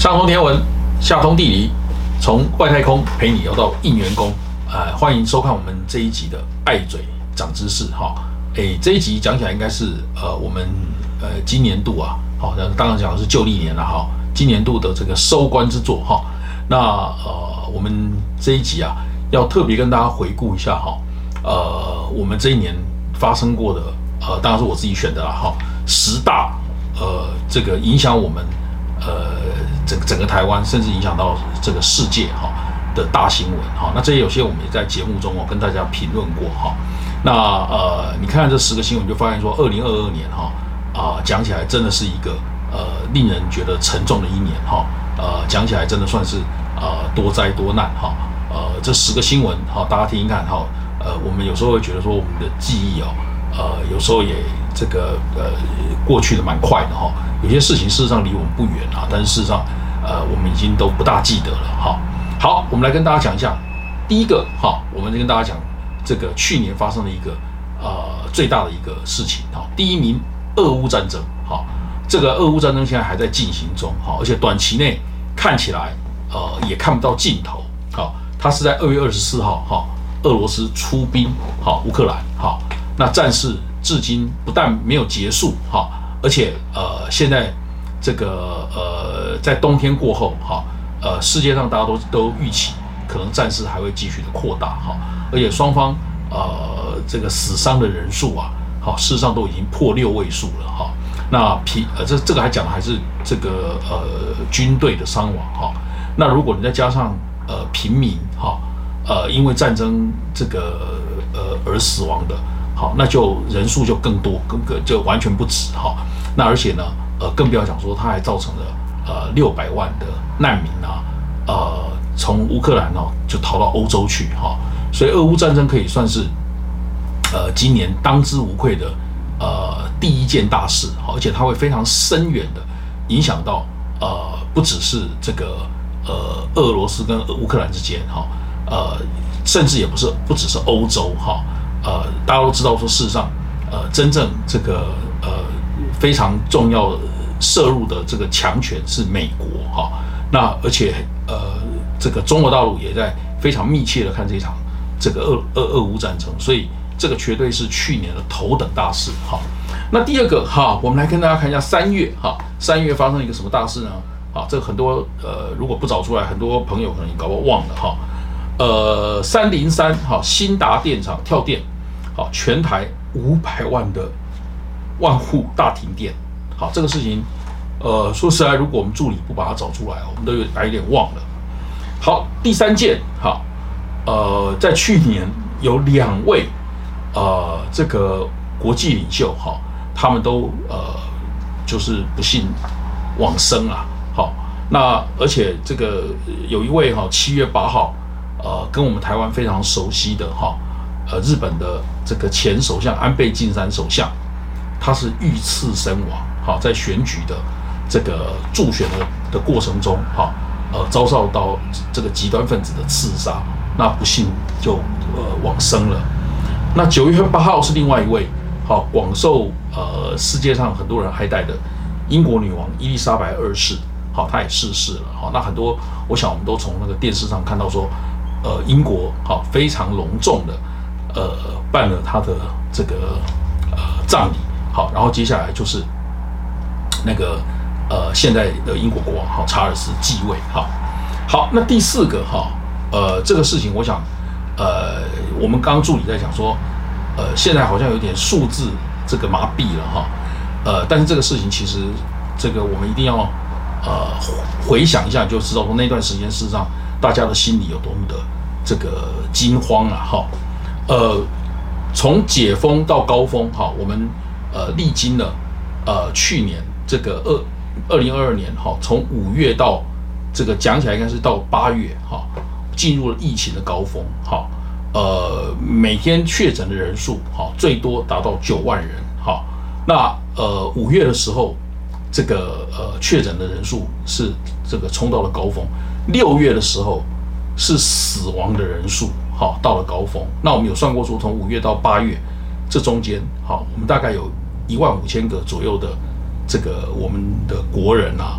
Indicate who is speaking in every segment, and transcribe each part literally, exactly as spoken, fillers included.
Speaker 1: 上通天文，下通地理，从外太空陪你游到应元宫。呃，欢迎收看我们这一集的爱嘴长知识哈。诶，这一集讲起来应该是呃我们呃今年度啊，好，当然讲的是旧历年了哈。今年度的这个收官之作哈。那呃我们这一集啊，要特别跟大家回顾一下哈。呃，我们这一年发生过的呃，当然是我自己选的啦哈。十大呃这个影响我们。呃，整整个台湾，甚至影响到这个世界哈的大新闻哈，那这些有些我们也在节目中哦跟大家评论过哈。那呃，你看看这十个新闻，就发现说，二零二二年哈啊，讲起来真的是一个呃令人觉得沉重的一年哈。呃，讲起来真的算是呃多灾多难哈。呃，这十个新闻哈，大家听听看哈。呃，我们有时候会觉得说，我们的记忆哦，呃，有时候也这个呃过去的蛮快的哈。有些事情事实上离我们不远啊，但是事实上，呃，我们已经都不大记得了哈。好，我们来跟大家讲一下，第一个哈，我们就跟大家讲这个去年发生的一个呃最大的一个事情哈。第一名，俄乌战争哈，这个俄乌战争现在还在进行中哈，而且短期内看起来呃也看不到尽头。好，它是在二月二十四号哈，俄罗斯出兵哈乌克兰哈，那战事至今不但没有结束哈。而且呃，现在这个呃，在冬天过后哈，呃，世界上大家都都预期可能战事还会继续的扩大哈，而且双方呃这个死伤的人数啊，好，事实上都已经破六位数了哈。那平呃这这个还讲的还是这个呃军队的伤亡哈。那如果你再加上呃平民哈，呃因为战争这个呃而死亡的。好，那就人数就更多，更更就完全不止哈。那而且呢，呃，更不要讲说它还造成了呃六百万的难民啊，呃，从乌克兰哦就逃到欧洲去哈。所以俄乌战争可以算是呃今年当之无愧的呃第一件大事哈，而且它会非常深远的影响到呃不只是这个呃俄罗斯跟乌克兰之间哈，呃，甚至也不是不只是欧洲哈。呃，大家都知道说，事实上，呃，真正这个呃非常重要涉入的这个强权是美国哈。那而且呃，这个中国大陆也在非常密切的看这场这个俄俄俄乌战争，所以这个绝对是去年的头等大事哈。那第二个哈，我们来跟大家看一下三月哈，三月发生了一个什么大事呢？啊，这个很多呃，如果不找出来，很多朋友可能也搞不好忘了哈。呃，三零三哈，新达电厂跳电。好，全台五百万的万户大停电。好，这个事情，呃，说实在，如果我们助理不把它找出来，我们都有有点忘了。好，第三件，好，呃，在去年有两位呃这个国际领袖哈，他们都呃就是不幸往生啊。好，那而且这个有一位哈，七月八号，呃，跟我们台湾非常熟悉的哈。呃，日本的这个前首相安倍晋三首相，他是遇刺身亡。好，在选举的这个助选的的过程中，哈，呃，遭受到这个极端分子的刺杀，那不幸就呃往生了。那九月八号是另外一位，好，广受呃世界上很多人爱戴的英国女王伊丽莎白二世，好，她也逝世了。好，那很多我想我们都从那个电视上看到说，呃，英国好非常隆重的。呃，办了他的这个呃葬礼，好，然后接下来就是那个呃现在的英国国王哈查尔斯继位，哈，好，那第四个哈，呃，这个事情我想，呃，我们刚刚助理在讲说，呃，现在好像有点数字这个麻痹了哈，呃，但是这个事情其实这个我们一定要呃回想一下，就知道说那段时间事实上大家的心里有多么的这个惊慌啊，哈。呃，从解封到高峰，哈，我们呃历经了呃去年这个二二零二二年，哈，从五月到这个讲起来应该是到八月，哈，进入了疫情的高峰，哈，呃，每天确诊的人数，哈，最多达到九万人，哈，那呃五月的时候，这个呃确诊的人数是这个冲到了高峰，六月的时候是死亡的人数。好，到了高峰。那我们有算过说，从五月到八月，这中间，好，我们大概有一万五千个左右的这个我们的国人啊，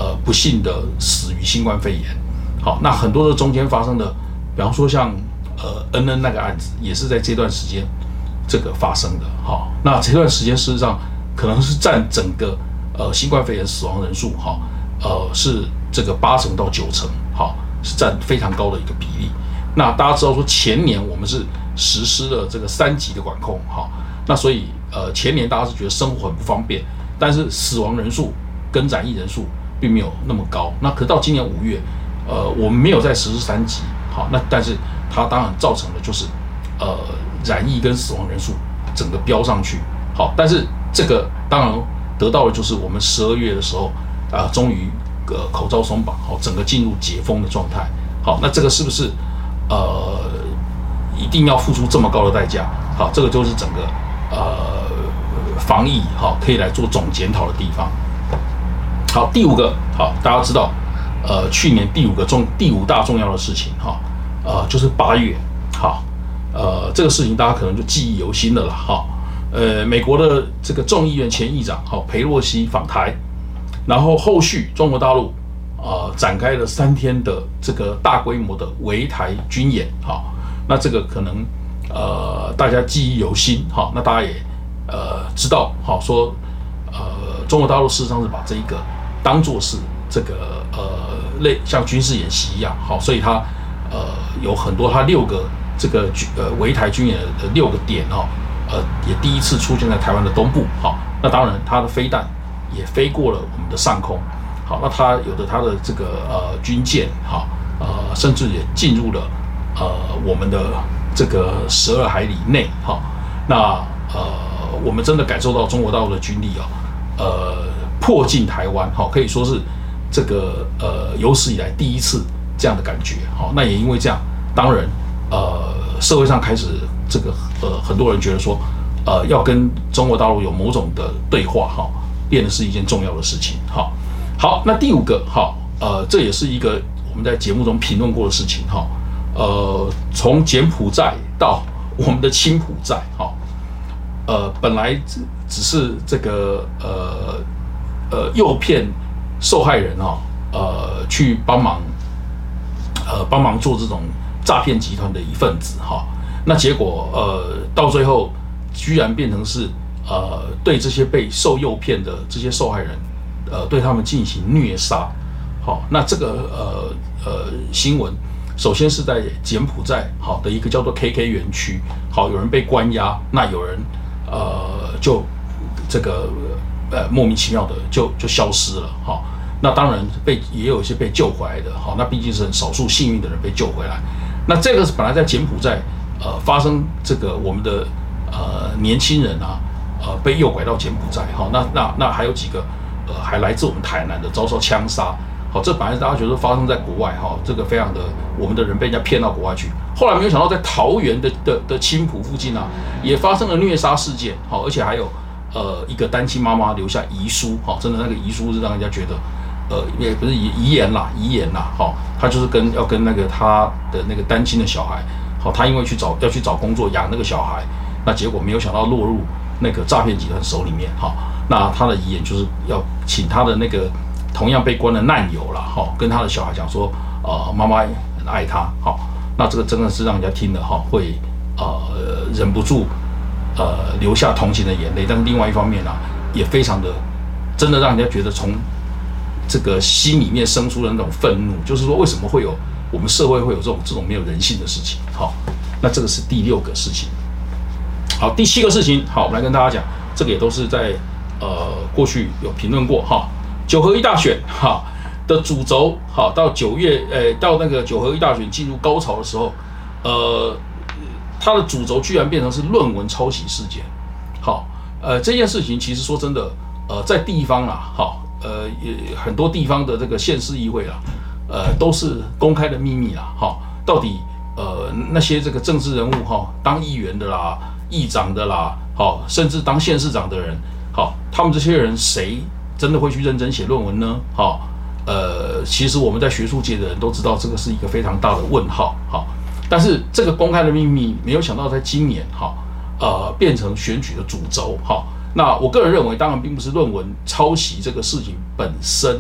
Speaker 1: 呃不幸的死于新冠肺炎。好，那很多的中间发生的，比方说像呃恩恩那个案子，也是在这段时间这个发生的。好，那这段时间事实上可能是占整个呃新冠肺炎死亡人数哈，呃是这个八成到九成，好，是占非常高的一个比例。那大家知道说前年我们是实施了这个三级的管控，哈，那所以呃前年大家是觉得生活很不方便，但是死亡人数跟染疫人数并没有那么高。那可到今年五月，呃我们没有在实施三级，好，那但是它当然造成的就是呃染疫跟死亡人数整个飙上去，好，但是这个当然得到的就是我们十二月的时候啊、呃，终于呃口罩松绑，好，整个进入解封的状态，好，那这个是不是呃一定要付出这么高的代价？好，这个就是整个呃防疫好可以来做总检讨的地方。好，第五个好，大家知道，呃，去年第五个重第五大重要的事情哈，呃，就是八月，好，呃，这个事情大家可能就记忆犹新了啦，哈，呃，美国的这个众议院前议长好裴洛西访台，然后后续中国大陆啊、呃、展开了三天的这个大规模的围台军演，好，那这个可能呃大家记忆犹新，好，那大家也呃知道，好说呃中国大陆事实上是把这一个当作是这个呃类像军事演习一样，好，所以它呃有很多它六个这个呃围台军演的六个点哈，呃也第一次出现在台湾的东部，好，那当然它的飞弹也飞过了我们的上空，好，那它有的它的这个呃军舰，好，呃甚至也进入了呃我们的这个十二海里内，好，那呃我们真的感受到中国大陆的军力啊，呃迫近台湾，好，可以说是这个呃有史以来第一次这样的感觉，好，那也因为这样，当然呃社会上开始这个呃很多人觉得说，呃要跟中国大陆有某种的对话，哈，变得是一件重要的事情，好，好，那第五个，好，呃这也是一个我们在节目中评论过的事情，哈，呃从柬埔寨到我们的青埔寨，哈，呃本来只只是这个呃呃诱骗受害人哈，呃，去帮忙，呃，帮忙做这种诈骗集团的一份子哈。那结果呃，到最后居然变成是呃，对这些被受诱骗的这些受害人，呃，对他们进行虐杀。好，那这个呃呃新闻，首先是在柬埔寨好的一个叫做 K K 园区，好，有人被关押，那有人呃就这个呃莫名其妙的就就消失了哈。那当然被也有一些被救回来的，好，那毕竟是很少数幸运的人被救回来。那这个是本来在柬埔寨，呃，发生这个我们的呃年轻人啊，呃被诱拐到柬埔寨，好，那那那还有几个呃还来自我们台南的遭受枪杀，好，这本来大家觉得发生在国外，哈，这个非常的我们的人被人家骗到国外去，后来没有想到在桃园的的的青埔附近啊，也发生了虐杀事件，好，而且还有呃一个单亲妈妈留下遗书，好，真的那个遗书是让人家觉得。呃，也不是遗遗言啦，遗言啦，好，他就是跟要跟那个他的那个单亲的小孩，好，他因为去找要去找工作养那个小孩，那结果没有想到落入那个诈骗集团手里面，哈，那他的遗言就是要请他的那个同样被关的难友啦，哈，跟他的小孩讲说，呃，妈妈很爱他，好，那这个真的是让人家听了哈，会呃忍不住呃流下同情的眼泪，但是另外一方面呢、啊，也非常的真的让人家觉得从这个心里面生出的那种愤怒，就是说为什么会有我们社会会有这种这种没有人性的事情？好，那这个是第六个事情。好，第七个事情，好，我们来跟大家讲，这个也都是在呃过去有评论过哈。九合一大选哈的主轴，好，到九月呃到那个九合一大选进入高潮的时候，呃，它的主轴居然变成是论文抄袭事件。好，呃这件事情其实说真的，呃在地方啊，好。呃，也很多地方的这个县市议会啦，呃，都是公开的秘密啦，哈。到底呃那些这个政治人物哈，当议员的啦、议长的啦，好，甚至当县市长的人，好，他们这些人谁真的会去认真写论文呢？好，呃，其实我们在学术界的人都知道，这个是一个非常大的问号，好。但是这个公开的秘密，没有想到在今年，哈，呃，变成选举的主轴，哈。那我个人认为，当然并不是论文抄袭这个事情本身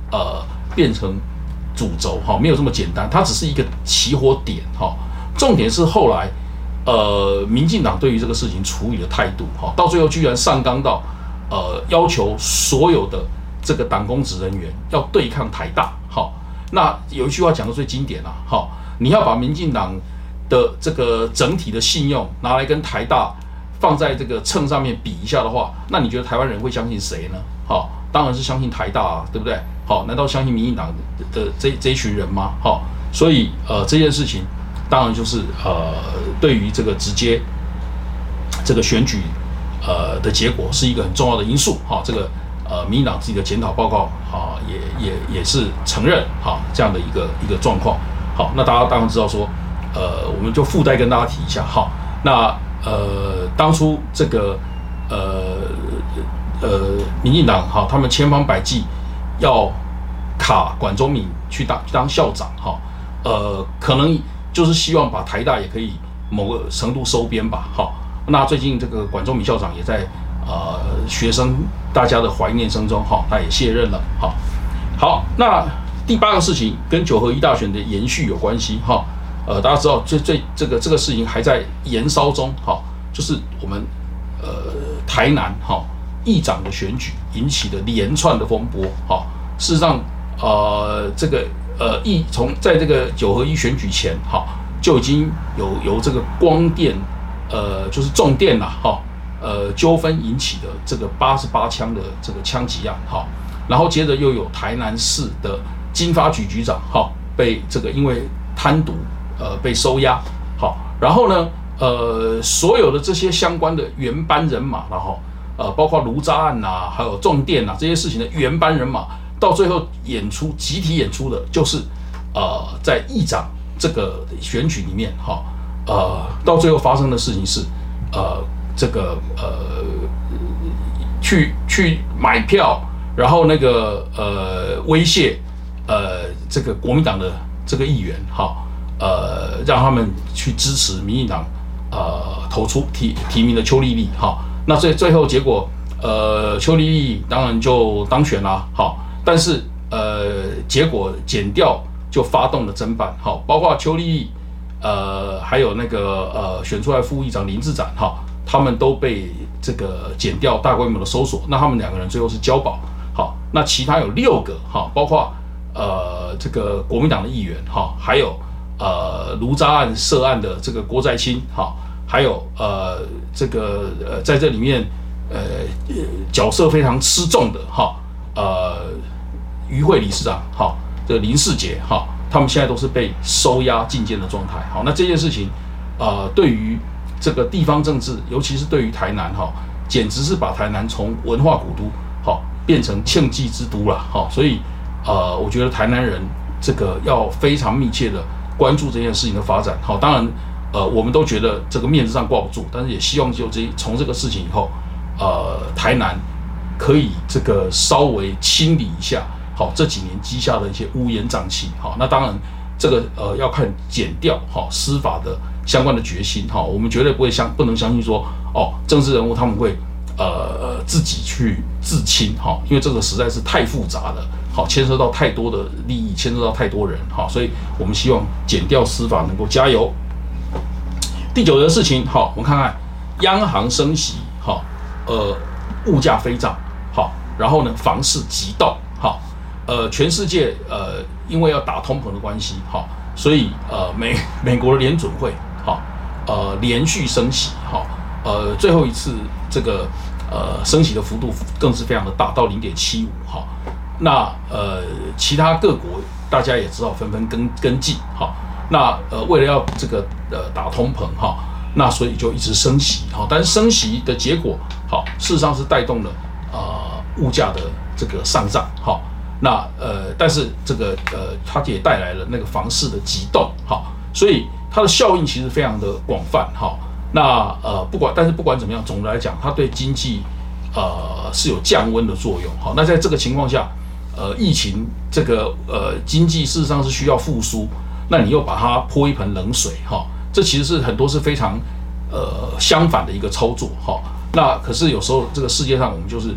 Speaker 1: 呃变成主轴哈，没有这么简单，它只是一个起火点哈。重点是后来呃民进党对于这个事情处理的态度哈，到最后居然上纲到呃要求所有的这个党公职人员要对抗台大哈。那有一句话讲的最经典啦哈，你要把民进党的这个整体的信用拿来跟台大放在这个秤上面比一下的话，那你觉得台湾人会相信谁呢？好，当然是相信台大啊，对不对？好，难道相信民进党的这这一群人吗？好，所以呃这件事情当然就是呃对于这个直接这个选举呃的结果是一个很重要的因素。好，这个呃民进党自己的检讨报告啊也也也是承认好这样的一个一个状况。好，那大家当然知道说呃我们就附带跟大家提一下。好，那呃，当初这个呃呃，民进党哈，他们千方百计要卡管中闵去当当校长哈，呃，可能就是希望把台大也可以某个程度收编吧。哈，那最近这个管中闵校长也在呃学生大家的怀念声中哈，他也卸任了。哈，好，那第八个事情跟九合一大选的延续有关系哈。呃，大家知道，最最这个这个事情还在延烧中，哈、哦，就是我们呃台南哈、哦、议长的选举引起的连串的风波，哈、哦，事实上，呃，这个呃议从在这个九合一选举前，哈、哦，就已经有由这个光电，呃，就是重电呐，哈、哦，呃纠纷引起的这个八十八枪的这个枪击案，哈、哦，然后接着又有台南市的经发局局长，哈、哦，被这个因为贪渎。呃，被收押，好，然后呢，呃，所有的这些相关的原班人马，然后呃，包括卢渣案呐，还有重电呐这些事情的原班人马，到最后演出集体演出的，就是呃，在议长这个选举里面，哈，呃，到最后发生的事情是，呃，这个呃，去去买票，然后那个呃威胁呃这个国民党的这个议员，哈。呃，让他们去支持民进党，呃，投出提提名的邱丽丽，哈，那最最后结果，呃，邱丽丽当然就当选了，好，但是呃，结果检调就发动了侦办，好，包括邱丽丽，呃，还有那个呃选出来副议长林志展，哈，他们都被这个检调大规模的搜索，那他们两个人最后是交保，好，那其他有六个，哈，包括呃这个国民党的议员，哈，还有。呃，卢渣案涉案的这个郭在清，哈，还有呃这个呃在这里面呃角色非常吃重的哈，呃于会理事长，哈，这个林世杰，哈，他们现在都是被收押进监的状态，好，那这件事情，呃，对于这个地方政治，尤其是对于台南，哈，简直是把台南从文化古都，好变成庆忌之都了，哈，所以呃，我觉得台南人这个要非常密切的。关注这件事情的发展，好，当然，呃，我们都觉得这个面子上挂不住，但是也希望就这从这个事情以后，呃，台南可以这个稍微清理一下，好，这几年积下的一些乌烟瘴气，好，那当然这个呃要看检调，好，司法的相关的决心，哈，我们绝对不会相不能相信说，哦，政治人物他们会呃自己去自清，哈，因为这个实在是太复杂了。好，牵涉到太多的利益，牵涉到太多人，好，所以我们希望检调司法能够加油。第九个事情，好，我们看看央行升息，好，呃，物价飞涨，好，然后呢，房市急动，好，呃，全世界呃，因为要打通膨的关系，好，所以呃，美美国的联准会，好，呃，连续升息，好，呃，最后一次这个呃升息的幅度更是非常的大，到零点七五，好。那呃，其他各国大家也知道纷纷跟跟进，哈。那呃，为了要这个呃打通膨，哈，那所以就一直升息，哈。但是升息的结果，好，事实上是带动了呃物价的这个上涨，哈。那呃，但是这个呃，它也带来了那个房市的急动，哈。所以它的效应其实非常的广泛，哈。那呃，不管但是不管怎么样，总的来讲，它对经济呃是有降温的作用，好。那在这个情况下。呃，疫情这个呃经济事实上是需要复苏，那你又把它泼一盆冷水，哈，这其实是很多是非常呃相反的一个操作，哈。那可是有时候这个世界上我们就是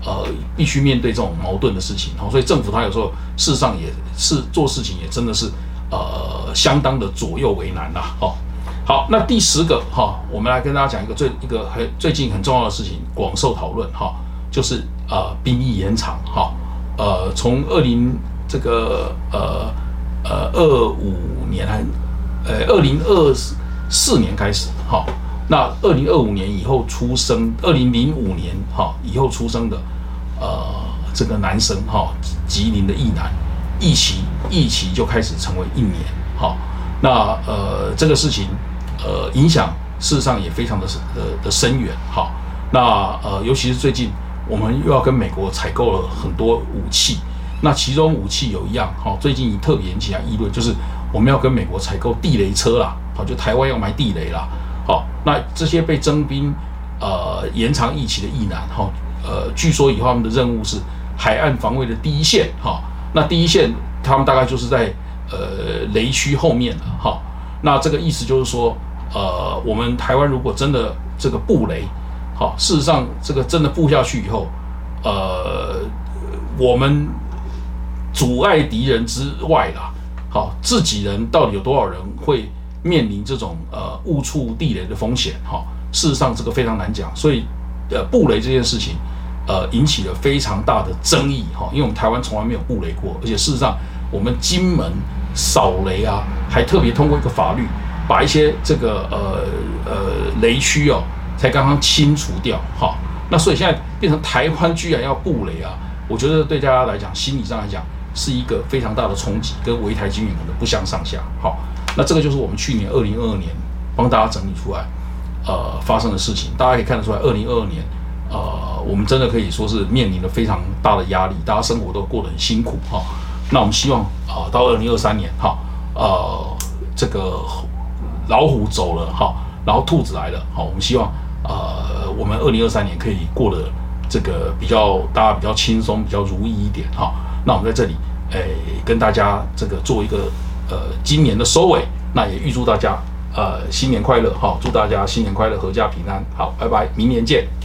Speaker 1: 呃必须面对这种矛盾的事情，哈，所以政府它有时候事实上也是做事情也真的是呃相当的左右为难啦，哈。好，那第十个哈，我们来跟大家讲一个最一个很最近很重要的事情，广受讨论哈，就是呃兵役延长哈，呃从二零这个呃呃二五年还呃二零二四年开始哈，那二零二五年以后出生，二零零五年哈以后出生的呃这个男生哈，吉林的役男，役期役期就开始成为一年哈，那呃这个事情。呃，影响事实上也非常的的的深远，哈。那呃，尤其是最近我们又要跟美国采购了很多武器，那其中武器有一样，哈，最近特别引起议论，就是我们要跟美国采购地雷车啦，好，就台湾要买地雷啦，好，那这些被征兵呃延长役期的役男，哈，呃，据说以后他们的任务是海岸防卫的第一线，哈，那第一线他们大概就是在呃雷区后面了，哈。那这个意思就是说，呃，我们台湾如果真的这个布雷，好，事实上这个真的布下去以后，呃，我们阻碍敌人之外啦，好，自己人到底有多少人会面临这种呃误触地雷的风险？哈，事实上这个非常难讲，所以呃布雷这件事情，呃引起了非常大的争议，哈，因为我们台湾从来没有布雷过，而且事实上我们金门扫雷啊，还特别通过一个法律，把一些这个呃呃雷区哦，才刚刚清除掉哈。那所以现在变成台湾居然要布雷啊，我觉得对大家来讲，心理上来讲是一个非常大的冲击，跟围台军演可能不相上下。好，那这个就是我们去年二零二二年帮大家整理出来呃发生的事情，大家可以看得出来，二零二二年呃我们真的可以说是面临了非常大的压力，大家生活都过得很辛苦哈。那我们希望啊、呃，到二零二三年哈，呃，这个老虎走了哈，然后兔子来了，好，我们希望呃，我们二零二三年可以过得这个比较大家比较轻松、比较如意一点哈。那我们在这里诶，跟大家这个做一个呃今年的收尾，那也预祝大家呃新年快乐哈，祝大家新年快乐，阖家平安。好，拜拜，明年见。